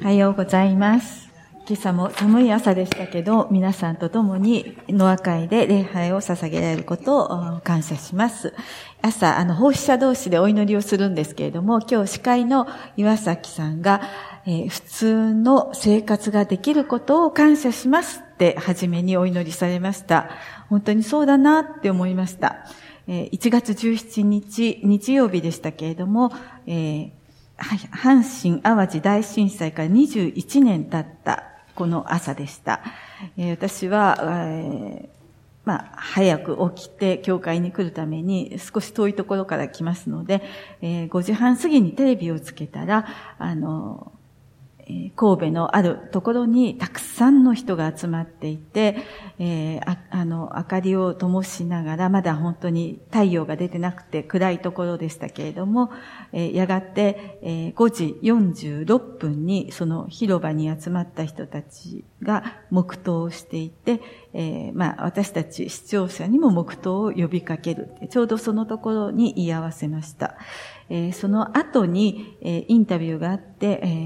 おはようございます。今朝も寒い朝でしたけど、皆さんと共にノア会で礼拝を捧げられることを感謝します。朝、奉仕者同士でお祈りをするんですけれども、今日司会の岩崎さんが、普通の生活ができることを感謝しますって初めにお祈りされました。本当にそうだなって思いました。1月17日、日曜日でしたけれども、阪神淡路大震災から21年経ったこの朝でした。私は、早く起きて教会に来るために少し遠いところから来ますので、5時半過ぎにテレビをつけたら、神戸のあるところにたくさんの人が集まっていて、明かりを灯しながら、まだ本当に太陽が出てなくて暗いところでしたけれども、やがて、5時46分にその広場に集まった人たちが黙祷をしていて、私たち視聴者にも黙祷を呼びかける。ちょうどそのところに居合わせました。その後に、インタビューがあって、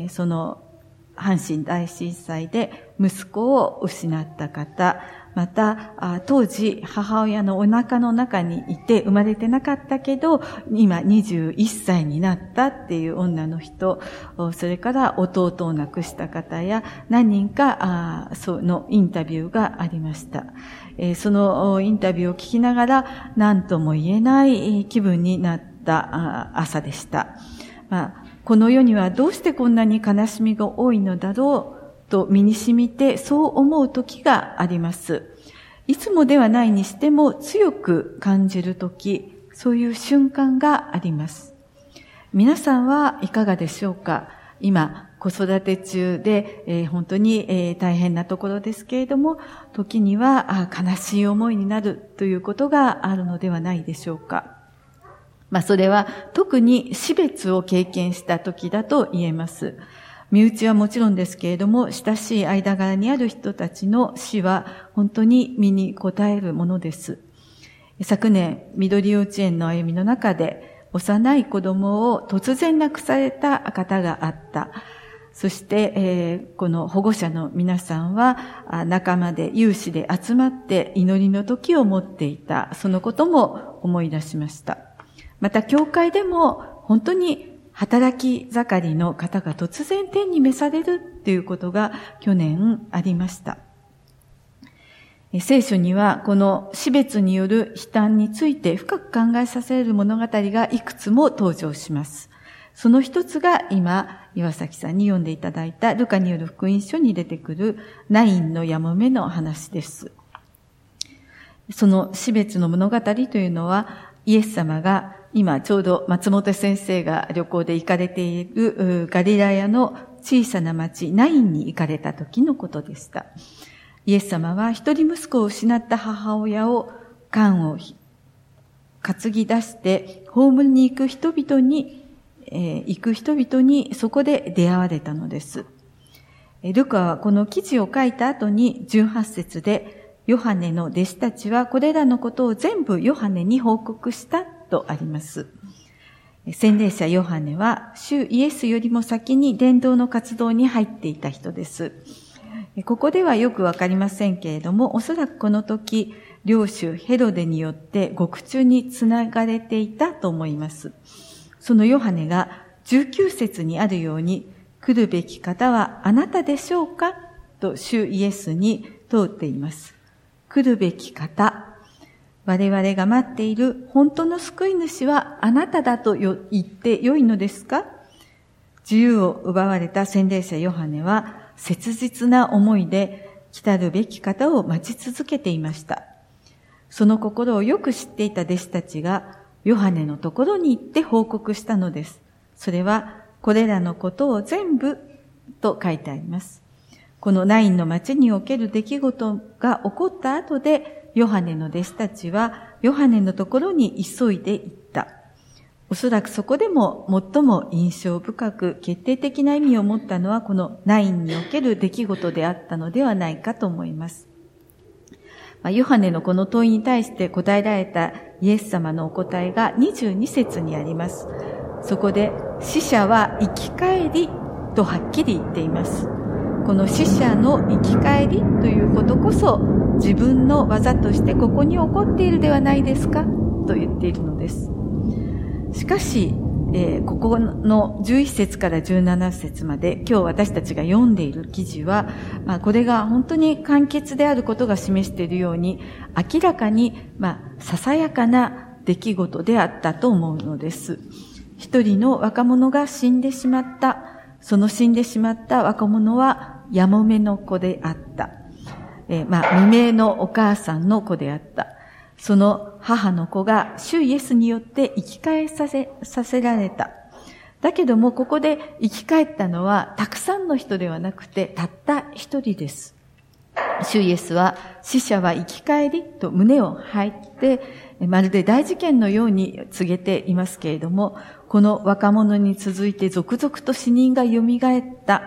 その阪神大震災で息子を失った方、また、当時母親のお腹の中にいて生まれてなかったけど、今21歳になったっていう女の人、それから弟を亡くした方や何人か、そのインタビューがありました。そのインタビューを聞きながら何とも言えない気分になった朝でした。この世にはどうしてこんなに悲しみが多いのだろうと身に染みてそう思う時があります。いつもではないにしても強く感じる時、そういう瞬間があります。皆さんはいかがでしょうか？今子育て中で、本当に、大変なところですけれども、時には悲しい思いになるということがあるのではないでしょうか。それは特に死別を経験した時だと言えます。身内はもちろんですけれども、親しい間柄にある人たちの死は本当に身に応えるものです。昨年、緑幼稚園の歩みの中で、幼い子供を突然亡くされた方があった。そして、この保護者の皆さんは、仲間で有志で集まって祈りの時を持っていた。そのことも思い出しました。また、教会でも本当に働き盛りの方が突然天に召されるっていうことが去年ありました。聖書にはこの死別による悲嘆について深く考えさせる物語がいくつも登場します。その一つが今、岩崎さんに読んでいただいたルカによる福音書に出てくるナインのやもめの話です。その死別の物語というのは、イエス様が今ちょうど松本先生が旅行で行かれているガリラヤの小さな町ナインに行かれた時のことでした。イエス様は一人息子を失った母親を棺を担ぎ出して葬りに行く人々にそこで出会われたのです。ルカはこの記事を書いた後に18節でヨハネの弟子たちはこれらのことを全部ヨハネに報告したとあります。洗礼者ヨハネは主イエスよりも先に伝道の活動に入っていた人です。ここではよくわかりませんけれども、おそらくこの時、領主ヘロデによって獄中につながれていたと思います。そのヨハネが19節にあるように、来るべき方はあなたでしょうかと主イエスに問うています。来るべき方。我々が待っている本当の救い主はあなただと言ってよいのですか？自由を奪われた洗礼者ヨハネは切実な思いで来たるべき方を待ち続けていました。その心をよく知っていた弟子たちがヨハネのところに行って報告したのです。それはこれらのことを全部と書いてあります。このナインの町における出来事が起こった後でヨハネの弟子たちはヨハネのところに急いで行った。おそらくそこでも最も印象深く決定的な意味を持ったのはこのナインにおける出来事であったのではないかと思います。ヨハネのこの問いに対して答えられたイエス様のお答えが22節にあります。そこで死者は生き返りとはっきり言っています。この死者の生き返りということこそ自分の技としてここに起こっているではないですかと言っているのです。しかし、ここの11節から17節まで今日私たちが読んでいる記事は、これが本当に簡潔であることが示しているように、明らかに、ささやかな出来事であったと思うのです。一人の若者が死んでしまった。その死んでしまった若者はやもめの子であった。未明のお母さんの子であった。その母の子が主イエスによって生き返させられた。だけどもここで生き返ったのはたくさんの人ではなくてたった一人です。主イエスは死者は生き返りと胸を張ってまるで大事件のように告げていますけれども、この若者に続いて続々と死人が蘇った。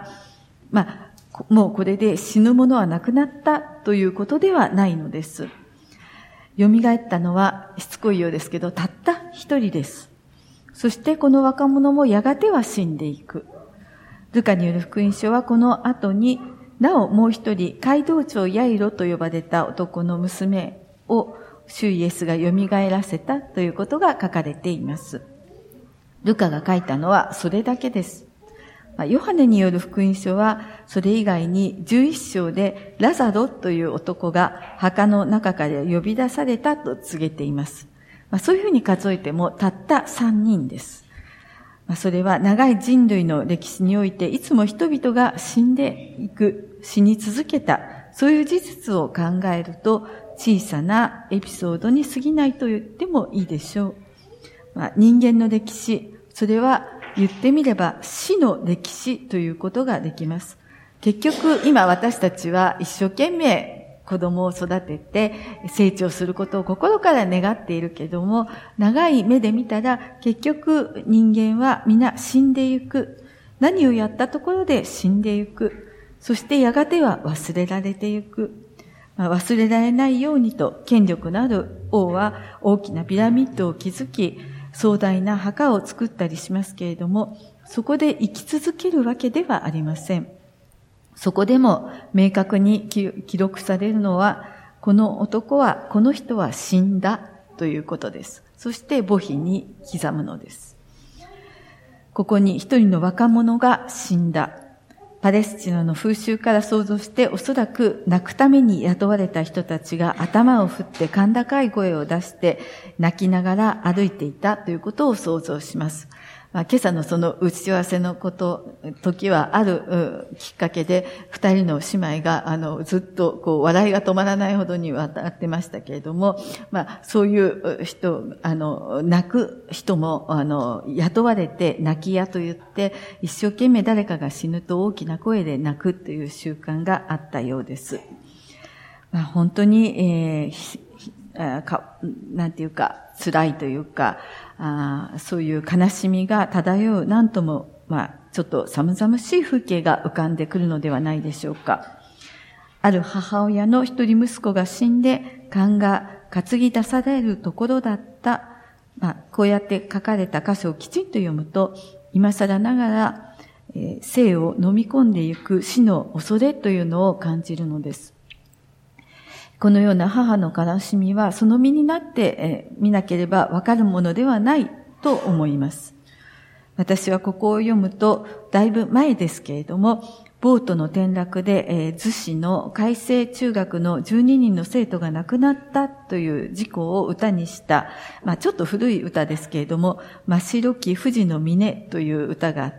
もうこれで死ぬ者はなくなったということではないのです。蘇ったのはしつこいようですけど、たった一人です。そしてこの若者もやがては死んでいく。ルカによる福音書はこの後に、なおもう一人、街道長ヤイロと呼ばれた男の娘を主イエスが蘇らせたということが書かれています。ルカが書いたのはそれだけです。ヨハネによる福音書は、それ以外に11章でラザロという男が墓の中から呼び出されたと告げています。そういうふうに数えてもたった3人です。それは長い人類の歴史においていつも人々が死んでいく、死に続けた、そういう事実を考えると小さなエピソードに過ぎないと言ってもいいでしょう。人間の歴史、それは言ってみれば死の歴史ということができます。結局今私たちは一生懸命子供を育てて成長することを心から願っているけども、長い目で見たら結局人間は皆死んでゆく。何をやったところで死んでゆく。そしてやがては忘れられてゆく。忘れられないようにと権力のある王は大きなピラミッドを築き、壮大な墓を作ったりしますけれども、そこで生き続けるわけではありません。そこでも明確に記録されるのは、この人は死んだということです。そして墓碑に刻むのです。ここに一人の若者が死んだ。パレスチナの風習から想像して、おそらく泣くために雇われた人たちが頭を振って甲高い声を出して泣きながら歩いていたということを想像します。今朝のその打ち合わせの時はあるきっかけで二人の姉妹がずっと笑いが止まらないほどに笑ってましたけれども、そういう人、泣く人も雇われて泣き屋と言って一生懸命誰かが死ぬと大きな声で泣くという習慣があったようです。本当に、なんていうか辛いというか、そういう悲しみが漂う、なんとも、ちょっと寒々しい風景が浮かんでくるのではないでしょうか。ある母親の一人息子が死んで、棺が担ぎ出されるところだった。こうやって書かれた箇所をきちんと読むと、今更ながら、生を飲み込んでいく死の恐れというのを感じるのです。このような母の悲しみはその身になって見なければわかるものではないと思います。私はここを読むとだいぶ前ですけれども、ボートの転落で逗子の開成中学の12人の生徒が亡くなったという事故を歌にした、ちょっと古い歌ですけれども、真白き富士の峰という歌があって、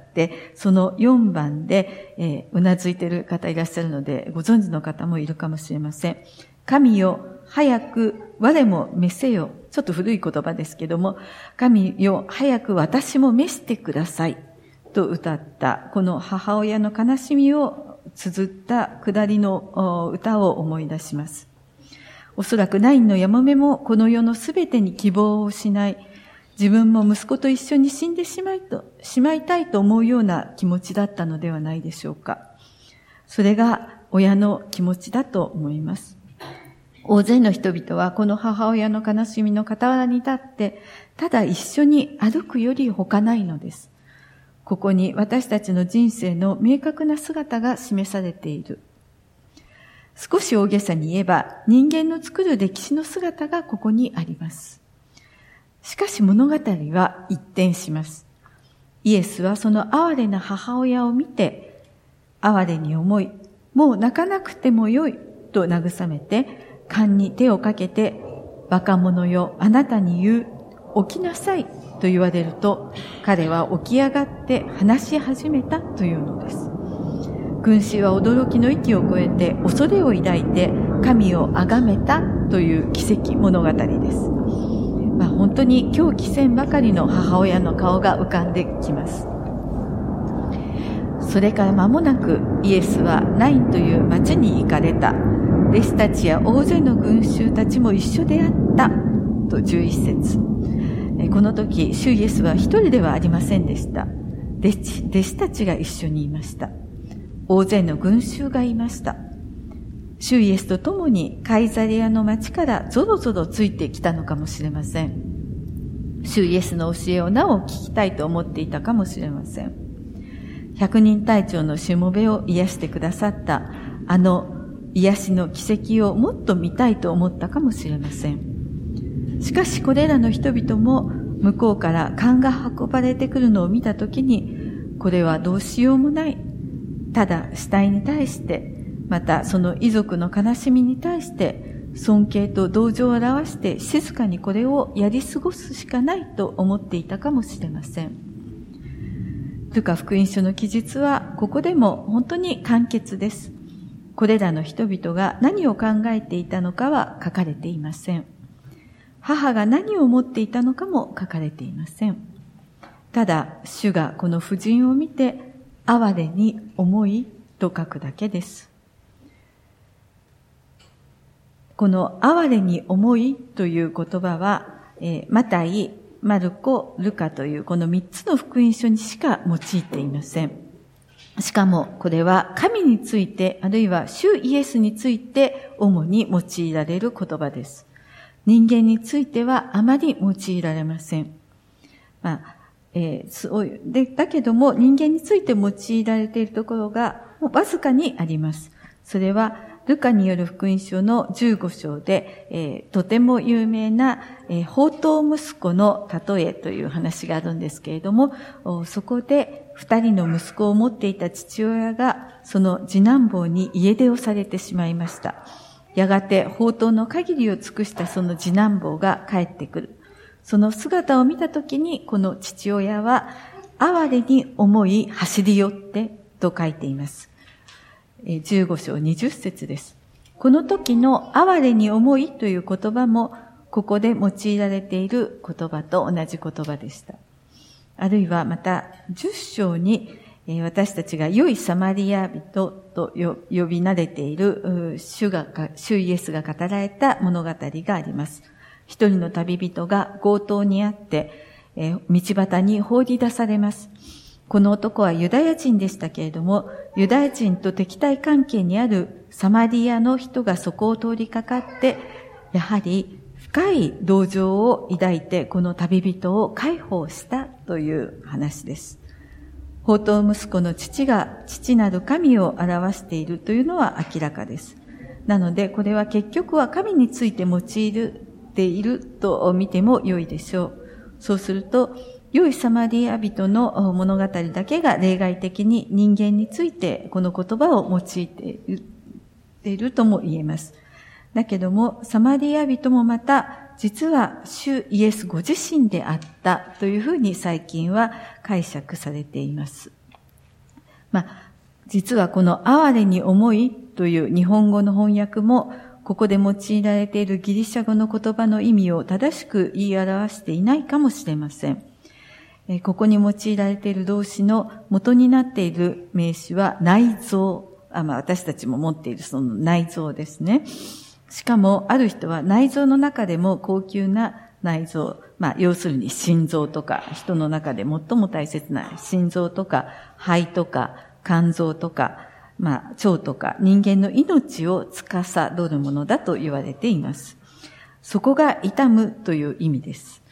その4番で、うなずいている方いらっしゃるのでご存知の方もいるかもしれません。神よ、早く我も召せよ。ちょっと古い言葉ですけども、神よ、早く私も召してください。と歌った、この母親の悲しみを綴った下りの歌を思い出します。おそらくナインのヤモメもこの世のすべてに希望を失い、自分も息子と一緒に死んでしまいたいと思うような気持ちだったのではないでしょうか。それが親の気持ちだと思います。大勢の人々はこの母親の悲しみの傍らに立って、ただ一緒に歩くより他ないのです。 ここに私たちの人生の明確な姿が示されている。少し大げさに言えば、人間の作る歴史の姿がここにあります。しかし物語は一転します。イエスはその哀れな母親を見て、哀れに思い、もう泣かなくてもよいと慰めて、肩に手をかけて、若者よ、あなたに言う、起きなさいと言われると、彼は起き上がって話し始めたというのです。群衆は驚きの域を超えて恐れを抱いて神を崇めたという奇跡物語です。本当に狂気せんばかりの母親の顔が浮かんできます。それから間もなくイエスはナインという町に行かれた。弟子たちや大勢の群衆たちも一緒であったと11節。この時主イエスは一人ではありませんでした。弟子たちが一緒にいました。大勢の群衆がいました。主イエスと共にカイザリアの町からぞろぞろついてきたのかもしれません。主イエスの教えをなお聞きたいと思っていたかもしれません。百人隊長のしもべを癒してくださったあの癒しの奇跡をもっと見たいと思ったかもしれません。しかしこれらの人々も向こうから棺が運ばれてくるのを見たときに、これはどうしようもない。ただ死体に対して、またその遺族の悲しみに対して尊敬と同情を表して静かにこれをやり過ごすしかないと思っていたかもしれません。ルカ福音書の記述はここでも本当に簡潔です。これらの人々が何を考えていたのかは書かれていません。母が何を思っていたのかも書かれていません。ただ主がこの婦人を見て哀れに思いと書くだけです。この哀れに思いという言葉は、マタイ、マルコ、ルカというこの3つの福音書にしか用いていません。しかもこれは神について、あるいは主イエスについて主に用いられる言葉です。人間についてはあまり用いられません。だけども人間について用いられているところがわずかにあります。それはルカによる福音書の15章で、とても有名な、放蕩息子の例えという話があるんですけれども、そこで2人の息子を持っていた父親がその次男坊に家出をされてしまいました。やがて放蕩の限りを尽くしたその次男坊が帰ってくる。その姿を見たときにこの父親は哀れに思い走り寄ってと書いています。15章20節です。この時の哀れに思いという言葉もここで用いられている言葉と同じ言葉でした。あるいはまた10章に私たちが良いサマリア人と呼び慣れている主イエスが語られた物語があります。一人の旅人が強盗にあって道端に放り出されます。この男はユダヤ人でしたけれども、ユダヤ人と敵対関係にあるサマリアの人がそこを通りかかって、やはり深い同情を抱いてこの旅人を解放したという話です。放蕩息子の父が父なる神を表しているというのは明らかです。なのでこれは結局は神について用いていると見ても良いでしょう。そうすると、良いサマリア人の物語だけが例外的に人間についてこの言葉を用いているとも言えます。だけども、サマリア人もまた実は主イエスご自身であったというふうに最近は解釈されています。実はこの哀れに思いという日本語の翻訳もここで用いられているギリシャ語の言葉の意味を正しく言い表していないかもしれません。ここに用いられている動詞の元になっている名詞は内臓。私たちも持っているその内臓ですね。しかもある人は内臓の中でも高級な内臓、要するに心臓とか、人の中で最も大切な心臓とか肺とか肝臓とか、腸とか人間の命を司るものだと言われています。そこが痛むという意味です。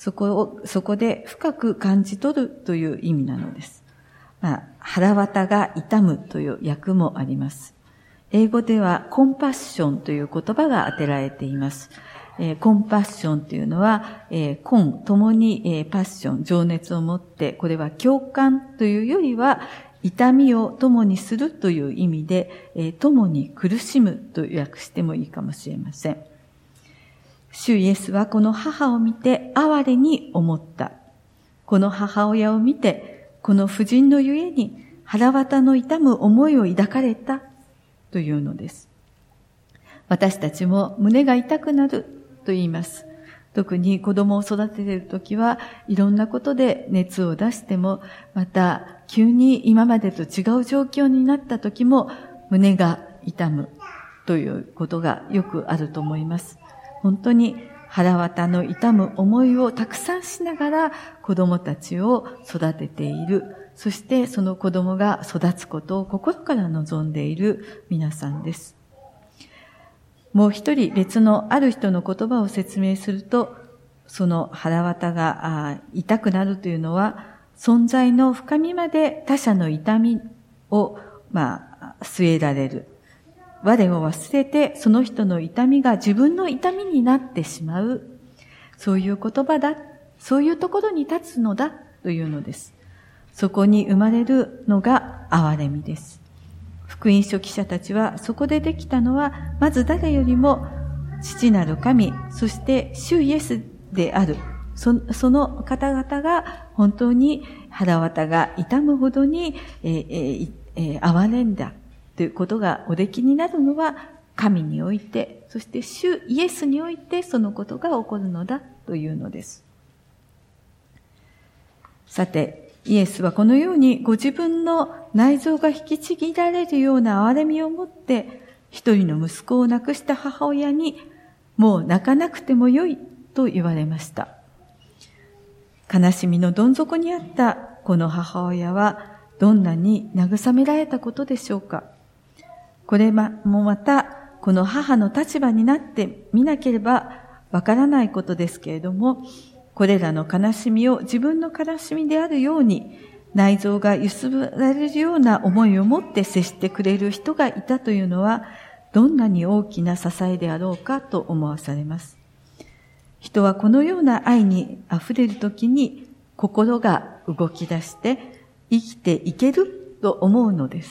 そこで深く感じ取るという意味なのです。腹渡が痛むという訳もあります。英語ではコンパッションという言葉が当てられています。コンパッションというのは、共に、パッション、情熱を持って、これは共感というよりは、痛みを共にするという意味で、共に苦しむと訳してもいいかもしれません。主イエスはこの母を見て哀れに思った。この母親を見て、この婦人のゆえに腹渡の痛む思いを抱かれたというのです。私たちも胸が痛くなると言います。特に子供を育てているときはいろんなことで熱を出しても、また急に今までと違う状況になったときも胸が痛むということがよくあると思います。本当に腹渡の痛む思いをたくさんしながら子供たちを育てている。そしてその子供が育つことを心から望んでいる皆さんです。もう一人別のある人の言葉を説明すると、その腹渡が痛くなるというのは、存在の深みまで他者の痛みを据えられる。我を忘れてその人の痛みが自分の痛みになってしまう。そういう言葉だ。そういうところに立つのだというのです。そこに生まれるのが憐れみです。福音書記者たちはそこでできたのは、まず誰よりも父なる神、そして主イエスである。その方々が本当に腹渡が痛むほどに、憐れんだということがおできになるのは神において、そして主イエスにおいてそのことが起こるのだというのです。さて、イエスはこのようにご自分の内臓が引きちぎられるような憐れみを持って、一人の息子を亡くした母親に、もう泣かなくてもよいと言われました。悲しみのどん底にあったこの母親は、どんなに慰められたことでしょうか。これもまた、この母の立場になってみなければわからないことですけれども、これらの悲しみを自分の悲しみであるように、内臓が揺すぶられるような思いを持って接してくれる人がいたというのは、どんなに大きな支えであろうかと思わされます。人はこのような愛に溢れるときに、心が動き出して生きていけると思うのです。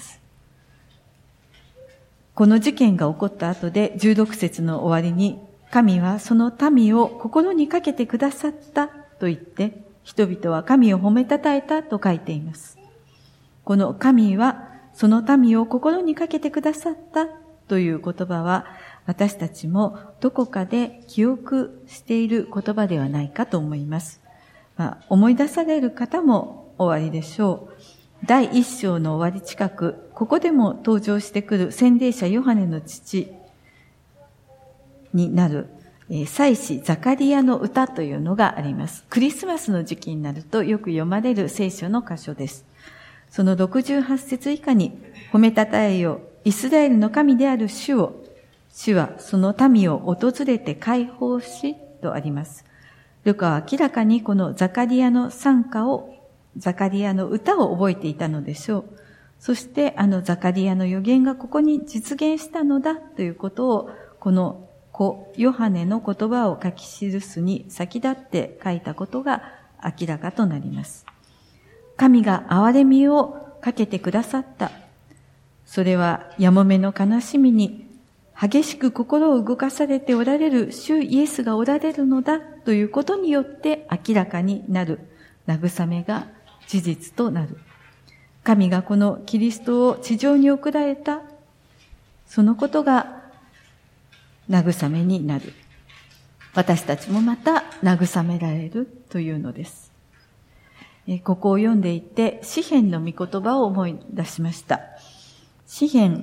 この事件が起こった後で16節の終わりに、神はその民を心にかけてくださったと言って、人々は神を褒めたたえたと書いています。この神はその民を心にかけてくださったという言葉は、私たちもどこかで記憶している言葉ではないかと思います。思い出される方もおありでしょう。第一章の終わり近く、ここでも登場してくる洗礼者ヨハネの父になる祭司ザカリアの歌というのがあります。クリスマスの時期になるとよく読まれる聖書の箇所です。その68節以下に、褒めたたえよ、イスラエルの神である主を、主はその民を訪れて解放し、とあります。ルカは明らかにこのザカリアのザカリアの歌を覚えていたのでしょう。そしてザカリアの予言がここに実現したのだということを、このヨハネの言葉を書き記すに先立って書いたことが明らかとなります。神が憐れみをかけてくださった。それはやもめの悲しみに激しく心を動かされておられる主イエスがおられるのだということによって明らかになる慰めが事実となる。神がこのキリストを地上に送られた、そのことが慰めになる。私たちもまた慰められるというのです。ここを読んでいて、詩編の御言葉を思い出しました。詩編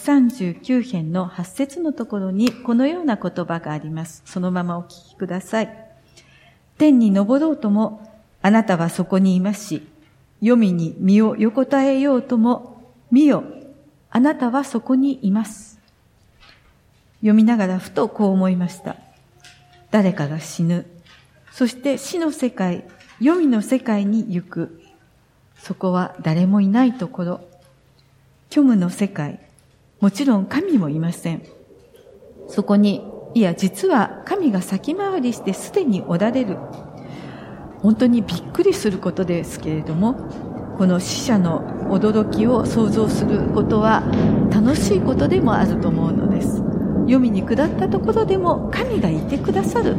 139編の8節のところにこのような言葉があります。そのままお聞きください。天に昇ろうとも、あなたはそこにいますし、黄泉に身を横たえようとも、見よ、あなたはそこにいます。読みながらふとこう思いました。誰かが死ぬ。 そして死の世界、黄泉の世界に行く。そこは誰もいないところ。虚無の世界、もちろん神もいません。そこに、いや実は神が先回りしてすでにおられる。本当にびっくりすることですけれども、この死者の驚きを想像することは楽しいことでもあると思うのです。黄泉に下ったところでも神がいてくださる。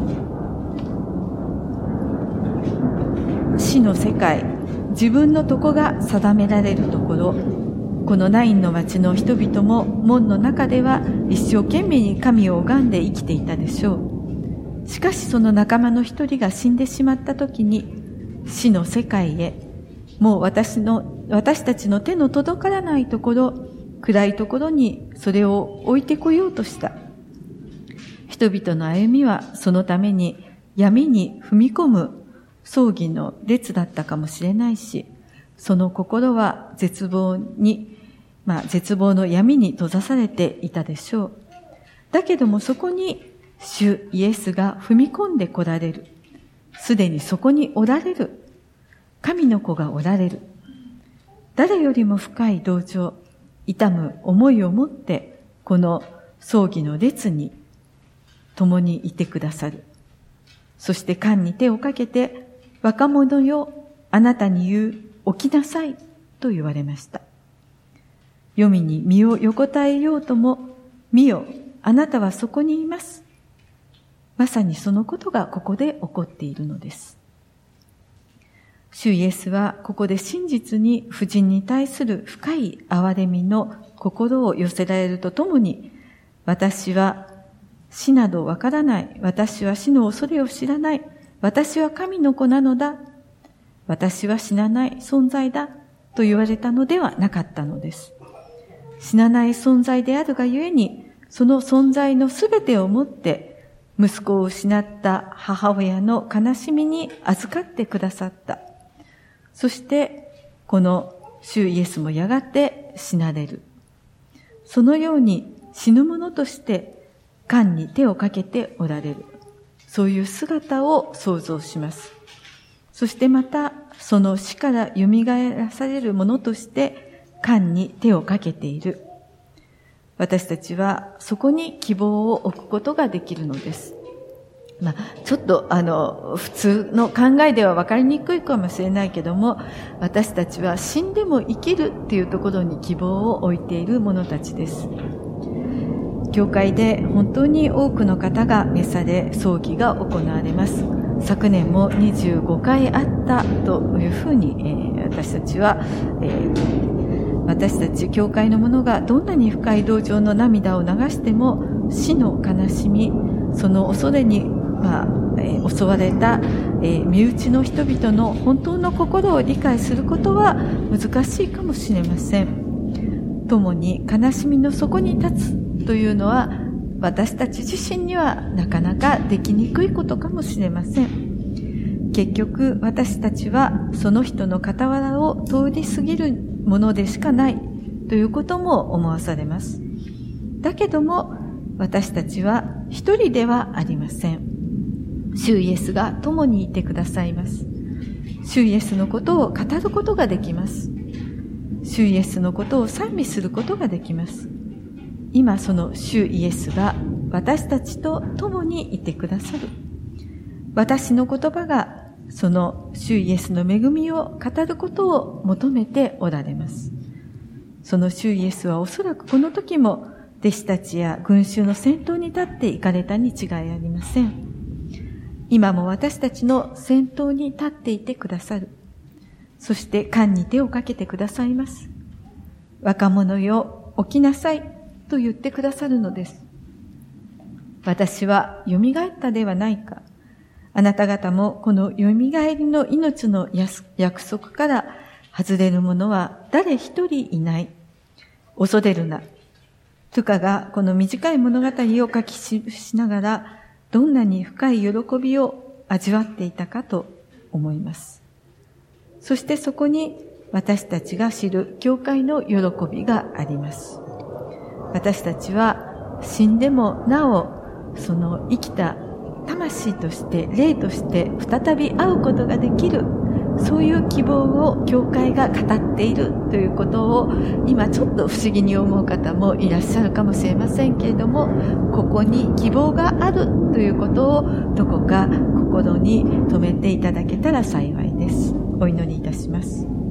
死の世界、自分のとこが定められるところ、このナインの町の人々も門の中では一生懸命に神を拝んで生きていたでしょう。しかしその仲間の一人が死んでしまった時に、死の世界へ、もう私たちの手の届からないところ、暗いところにそれを置いてこようとした。人々の歩みはそのために闇に踏み込む葬儀の列だったかもしれないし、その心は絶望の闇に閉ざされていたでしょう。だけどもそこに主イエスが踏み込んで来られる。すでにそこにおられる。神の子がおられる。誰よりも深い同情、痛む思いを持って、この葬儀の列に共にいてくださる。そして冠に手をかけて、若者よ、あなたに言う、起きなさい、と言われました。黄泉に身を横たえようとも、見よ、あなたはそこにいます。まさにそのことがここで起こっているのです。主イエスはここで真実に婦人に対する深い憐れみの心を寄せられるとともに、私は死などわからない。私は死の恐れを知らない。私は神の子なのだ。私は死なない存在だ。と言われたのではなかったのです。死なない存在であるがゆえに、その存在のすべてをもって、息子を失った母親の悲しみに預かってくださった。そして、この主イエスもやがて死なれる。そのように死ぬ者として、冠に手をかけておられる。そういう姿を想像します。そしてまた、その死から蘇らされるものとして、冠に手をかけている。私たちはそこに希望を置くことができるのです。ちょっと普通の考えでは分かりにくいかもしれないけども、私たちは死んでも生きるっていうところに希望を置いている者たちです。教会で本当に多くの方が召され、葬儀が行われます。昨年も25回あったというふうに、私たち教会の者がどんなに深い同情の涙を流しても、死の悲しみ、その恐れに、襲われた、身内の人々の本当の心を理解することは難しいかもしれません。共に悲しみの底に立つというのは、私たち自身にはなかなかできにくいことかもしれません。結局私たちはその人の傍らを通り過ぎるものでしかないということも思わされます。だけども私たちは一人ではありません。主イエスが共にいてくださいます。主イエスのことを語ることができます。主イエスのことを賛美することができます。今その主イエスが私たちと共にいてくださる。私の言葉がその主イエスの恵みを語ることを求めておられます。その主イエスはおそらくこの時も弟子たちや群衆の先頭に立って行かれたに違いありません。今も私たちの先頭に立っていてくださる。そして冠に手をかけてくださいます。若者よ、起きなさいと言ってくださるのです。私は蘇ったではないか。あなた方もこの蘇りの命の約束から外れる者は誰一人いない。恐れるな。ルカがこの短い物語を書きしながら、どんなに深い喜びを味わっていたかと思います。そしてそこに私たちが知る教会の喜びがあります。私たちは死んでもなおその生きた魂として、霊として再び会うことができる、そういう希望を教会が語っているということを、今ちょっと不思議に思う方もいらっしゃるかもしれませんけれども、ここに希望があるということをどこか心に留めていただけたら幸いです。お祈りいたします。